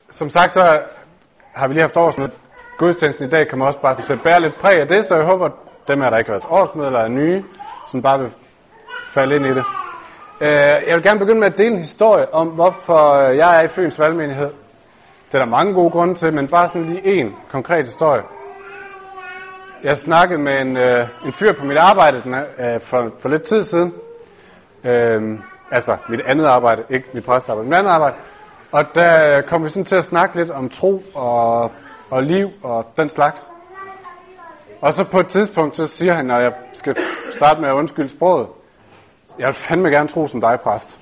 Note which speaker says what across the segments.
Speaker 1: som sagt, så har vi lige haft årsmøde. Gudstjenesten i dag kommer også bare til at bære lidt præg af det, så jeg håber, dem her, der ikke har været til årsmøde eller er nye, som bare vil falde ind i det. Jeg vil gerne begynde med at dele en historie om, hvorfor jeg er i Fyns Valgmenighed. Det er der mange gode grunde til, men bare sådan lige en konkret historie. Jeg snakkede med en fyr på mit arbejde for lidt tid siden. Altså mit andet arbejde, ikke mit præstearbejde, mit andet arbejde. Og der kom vi sådan til at snakke lidt om tro og liv og den slags. Og så på et tidspunkt, så siger han, når jeg skal starte med at undskylde sproget, jeg vil fandme gerne tro som dig, præst.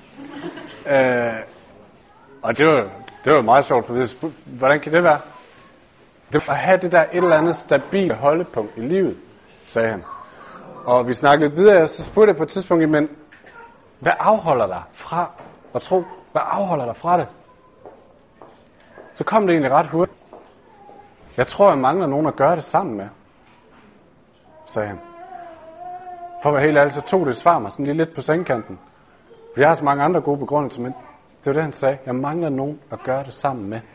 Speaker 1: Og det var meget sjovt, for hvordan kan det være? Det var at have det der et eller andet stabile holdepunkt i livet, sagde han. Og vi snakkede lidt videre, og så spurgte jeg på et tidspunkt, men hvad afholder dig fra at tro? Hvad afholder dig fra det? Så kom det egentlig ret hurtigt. Jeg tror, jeg mangler nogen at gøre det sammen med, sagde han. For at være helt ærlig, så tog det svar mig sådan lige lidt på sengkanten. For jeg har så mange andre gode begrundelser, men det var det, han sagde. Jeg mangler nogen at gøre det sammen med.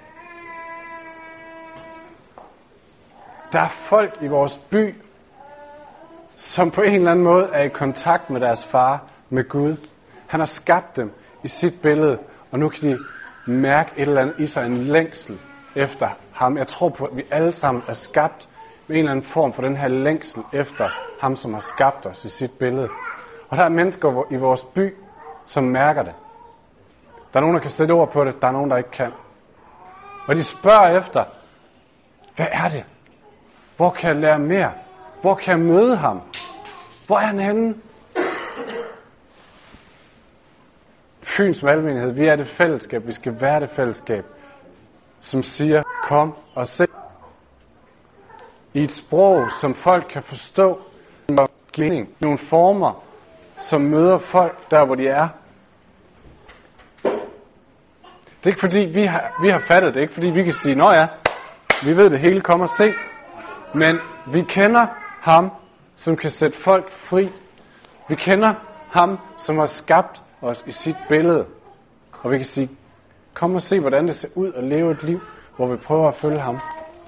Speaker 1: Der er folk i vores by, som på en eller anden måde er i kontakt med deres far, med Gud. Han har skabt dem i sit billede, og nu kan de mærke et eller andet i sig, en længsel efter ham. Jeg tror på, at vi alle sammen er skabt med en eller anden form for den her længsel efter ham, som har skabt os i sit billede. Og der er mennesker i vores by, som mærker det. Der er nogen, der kan sætte ord på det, der er nogen, der ikke kan. Og de spørger efter, hvad er det? Hvor kan jeg lære mere? Hvor kan jeg møde ham? Hvor er han henne? Fyns Valgmenighed, vi er det fællesskab, vi skal være det fællesskab, som siger, kom og se. I et sprog, som folk kan forstå, og give nogle former, som møder folk der, hvor de er. Det er ikke fordi, vi har fattet det, ikke fordi vi kan sige, nå ja, vi ved det hele, kom og se. Men vi kender ham, som kan sætte folk fri. Vi kender ham, som har skabt os i sit billede. Og vi kan sige, kom og se, hvordan det ser ud at leve et liv, hvor vi prøver at følge ham.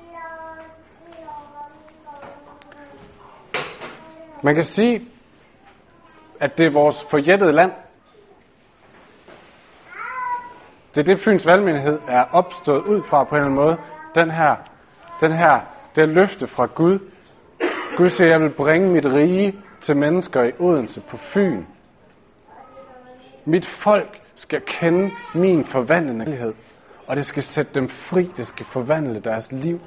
Speaker 1: Man kan sige, at det er vores forjættede land. Det er det, Fyns Valgmenighed er opstået ud fra på en eller anden måde. Det løfte fra Gud. Gud siger, jeg vil bringe mit rige til mennesker i Odense på Fyn. Mit folk skal kende min forvandlende kærlighed, og det skal sætte dem fri, det skal forvandle deres liv.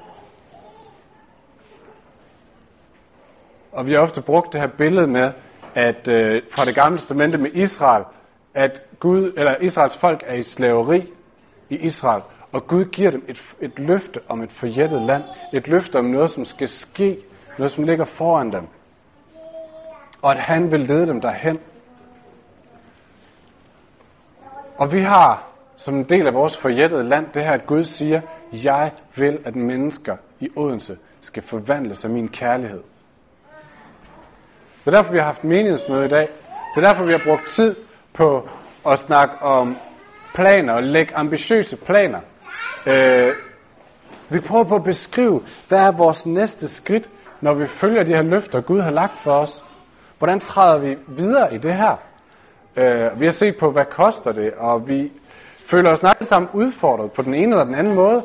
Speaker 1: Og vi har ofte brugt det her billede med, at fra det gamle testamente med Israel, at Israels folk er i slaveri i Israel, og Gud giver dem et løfte om et forjættet land, et løfte om noget, som skal ske, noget, som ligger foran dem, og at han vil lede dem derhen. Og vi har, som en del af vores forjættede land, det her, at Gud siger, jeg vil, at mennesker i Odense skal forvandles af min kærlighed. Det er derfor, vi har haft menighedsmøde i dag. Det er derfor, vi har brugt tid på at snakke om planer og lægge ambitiøse planer. Vi prøver på at beskrive, hvad er vores næste skridt, når vi følger de her løfter, Gud har lagt for os. Hvordan træder vi videre i det her? Vi har set på, hvad koster det, og vi føler os alle sammen udfordret på den ene eller den anden måde.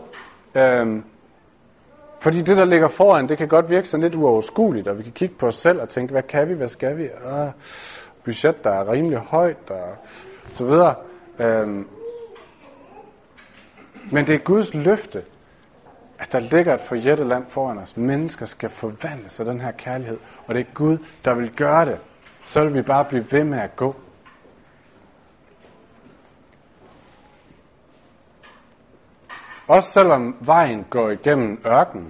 Speaker 1: Fordi det, der ligger foran, det kan godt virke sådan lidt uoverskueligt, og vi kan kigge på os selv og tænke, hvad kan vi, hvad skal vi? Budget, der er rimelig højt, og så videre. Men det er Guds løfte, at der ligger et forjættet land foran os. Mennesker skal forvandles af den her kærlighed, og det er Gud, der vil gøre det. Så vil vi bare blive ved med at gå. Også selvom vejen går igennem ørkenen.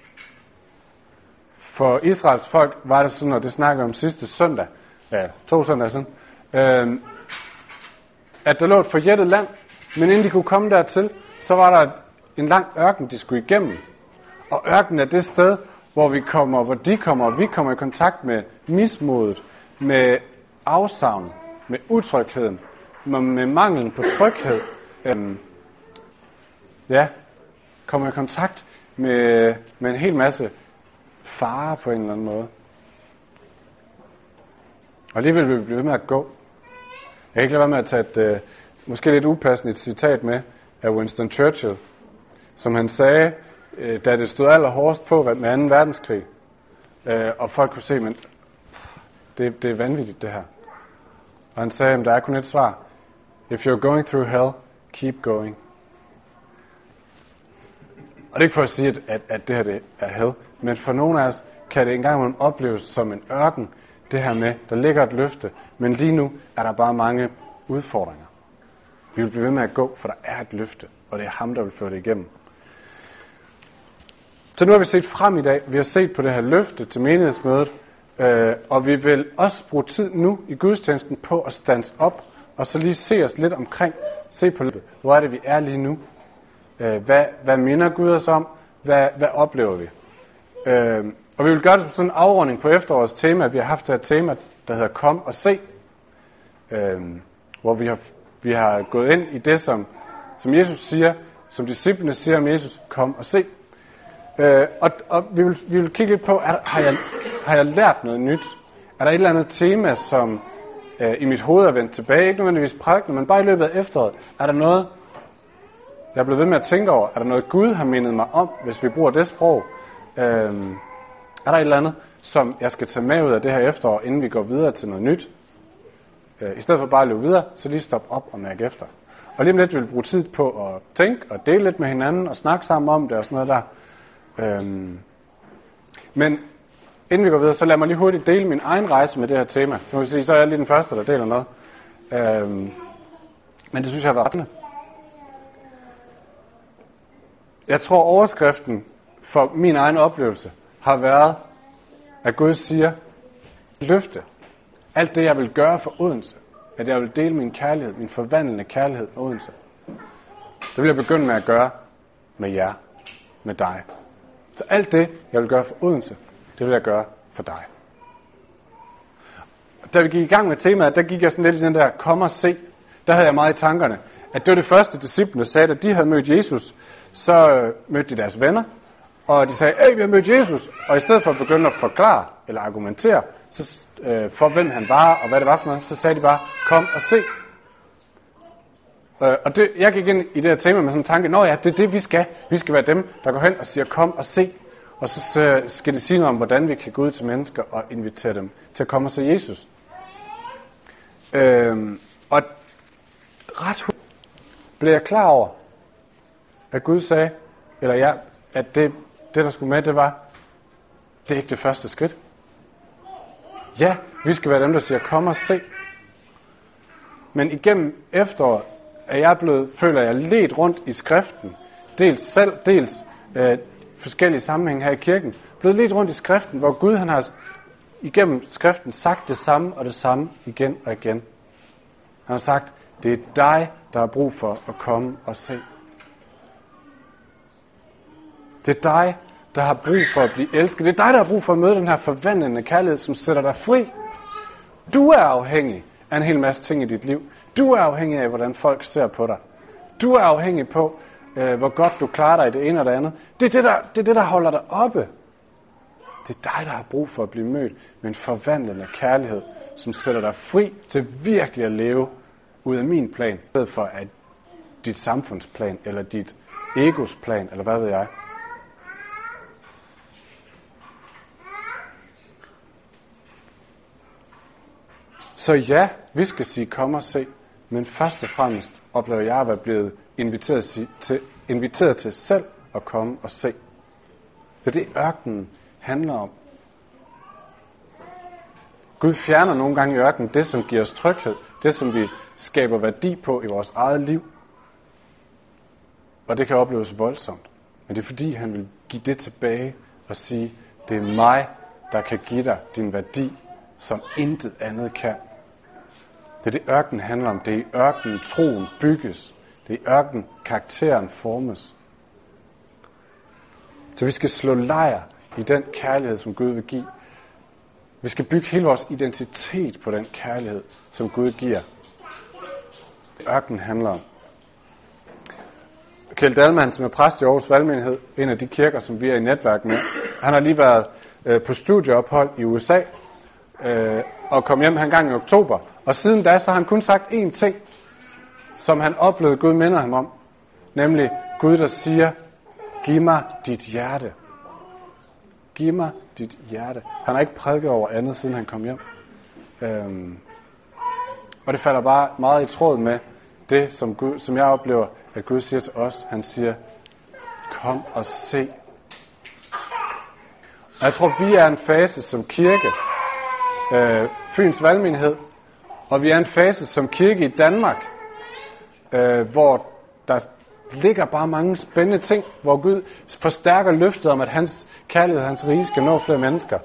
Speaker 1: For Israels folk var det sådan, og det snakker om sidste søndag, 2 søndage siden, at der lå et forjættet land, men inden de kunne komme dertil, så var der en lang ørken, de skulle igennem. Og ørkenen er det sted, hvor de kommer, og vi kommer i kontakt med mismodet, med afsavn, med utrygheden, med manglen på tryghed. kommer i kontakt med en hel masse farer på en eller anden måde. Og alligevel vil vi blive ved med at gå. Jeg kan ikke lade være med at tage et måske lidt upassende citat med af Winston Churchill, som han sagde, da det stod allerhårdest på med 2. verdenskrig, og folk kunne se, men det er vanvittigt det her. Og han sagde, at der er kun et svar. If you're going through hell, keep going. Og det er ikke for at sige, at det her det er hell, men for nogle af os kan det engang opleves som en ørken, det her med, der ligger et løfte, men lige nu er der bare mange udfordringer. Vi vil blive ved med at gå, for der er et løfte, og det er ham, der vil føre det igennem. Så nu har vi set frem i dag, vi har set på det her løfte til menighedsmødet, og vi vil også bruge tid nu i gudstjenesten på at stands op, og så lige se os lidt omkring, se på løftet. Hvor er det, vi er lige nu? Hvad minder Gud os om? Hvad oplever vi? Og vi vil gøre det som sådan en afrunding på efterårets tema. Vi har haft det her tema, der hedder Kom og se. Hvor vi har gået ind i det, som Jesus siger, som disciplene siger om Jesus, kom og se. Og vi vil kigge lidt på, har jeg lært noget nyt? Er der et eller andet tema, som i mit hoved er vendt tilbage? Ikke nødvendigvis prædiken, men bare i løbet af efteråret. Er der noget, jeg er blevet ved med at tænke over? Er der noget, Gud har mindet mig om, hvis vi bruger det sprog? Er der et eller andet, som jeg skal tage med ud af det her efterår, inden vi går videre til noget nyt? I stedet for bare at løbe videre, så lige stop op og mærke efter. Og lige om lidt vil vi bruge tid på at tænke og dele lidt med hinanden og snakke sammen om det og sådan noget der. Men inden vi går videre, så lad mig lige hurtigt dele min egen rejse med det her tema. Så må vi sige, så er jeg lige den første, der deler noget. Men det synes jeg har været rette. Jeg tror overskriften for min egen oplevelse har været, at Gud siger, løfte. Alt det, jeg vil gøre for Odense, at jeg vil dele min kærlighed, min forvandlende kærlighed med Odense, det vil jeg begynde med at gøre med jer, med dig. Så alt det, jeg vil gøre for Odense, det vil jeg gøre for dig. Da vi gik i gang med temaet, der gik jeg sådan lidt i den der, kom og se. Der havde jeg meget i tankerne, at det var det første disciplene sagde, at de havde mødt Jesus, så mødte de deres venner, og de sagde, vi har mødt Jesus. Og i stedet for at begynde at forklare eller argumentere for, hvem han var og hvad det var for noget, så sagde de bare, kom og se. Og jeg gik ind i det her tema med sådan en tanke, det er det, vi skal. Vi skal være dem, der går hen og siger, kom og se. Og så skal de sige noget om, hvordan vi kan gå ud til mennesker og invitere dem til at komme og se Jesus. Og ret hurtigt blev jeg klar over, at Gud sagde, at det der skulle med, det er ikke det første skridt. Ja, vi skal være dem, der siger, kom og se. Men igennem efteråret er jeg føler jeg ledt rundt i skriften, dels selv, dels forskellige sammenhænge her i kirken, blevet ledt rundt i skriften, hvor Gud han har igennem skriften sagt det samme og det samme igen og igen. Han har sagt, det er dig, der har brug for at komme og se. Det er dig, der har brug for at blive elsket. Det er dig, der har brug for at møde den her forvandlende kærlighed, som sætter dig fri. Du er afhængig af en hel masse ting i dit liv. Du er afhængig af, hvordan folk ser på dig. Du er afhængig på, hvor godt du klarer dig i det ene og det andet. Det er det, der holder dig oppe. Det er dig, der har brug for at blive mødt med en forvandlende kærlighed, som sætter dig fri til virkelig at leve ud af min plan, i stedet for at dit samfundsplan, eller dit egos plan, eller hvad ved jeg. Så ja, vi skal sige, kom og se, men først og fremmest oplever jeg at være blevet inviteret til selv at komme og se. Det er det, ørkenen handler om. Gud fjerner nogle gange i ørkenen det, som giver os tryghed, det, som vi skaber værdi på i vores eget liv. Og det kan opleves voldsomt. Men det er fordi, han vil give det tilbage og sige, det er mig, der kan give dig din værdi, som intet andet kan. Det er det, ørkenen handler om. Det er i ørkenen, troen bygges. Det er i ørkenen, karakteren formes. Så vi skal slå lejr i den kærlighed, som Gud vil give. Vi skal bygge hele vores identitet på den kærlighed, som Gud giver. Det ørkenen handler om. Kjeld Dahlmann, som er præst i Aarhus Valgmenighed, en af de kirker, som vi er i netværk med. Han har lige været på studieophold i USA, og kom hjem en gang i oktober. Og siden da, så har han kun sagt én ting, som han oplevede, Gud minder ham om. Nemlig Gud, der siger, giv mig dit hjerte. Giv mig dit hjerte. Han har ikke prædiket over andet, siden han kom hjem. Og det falder bare meget i tråd med det, som jeg oplever, at Gud siger til os. Han siger, kom og se. Og jeg tror, vi er en fase som kirke, Fyns Valgmenighed, og vi er en fase som kirke i Danmark, hvor der ligger bare mange spændende ting, hvor Gud forstærker løftet om, at hans kærlighed og hans rige skal nå flere mennesker.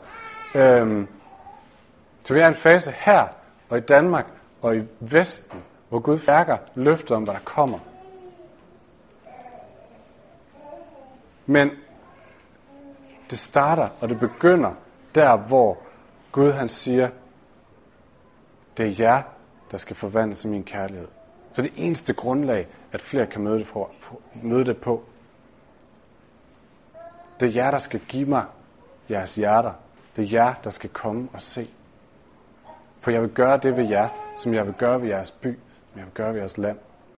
Speaker 1: Så vi er en fase her, og i Danmark, og i Vesten, hvor Gud forstærker løftet om, hvad der kommer. Men det starter, og det begynder der, hvor Gud han siger, det er jer, der skal forvandles af min kærlighed. Så det eneste grundlag, at flere kan møde det på, det er jer, der skal give mig jeres hjerter. Det er jer, der skal komme og se. For jeg vil gøre det ved jer, som jeg vil gøre ved jeres by, som jeg vil gøre ved jeres land.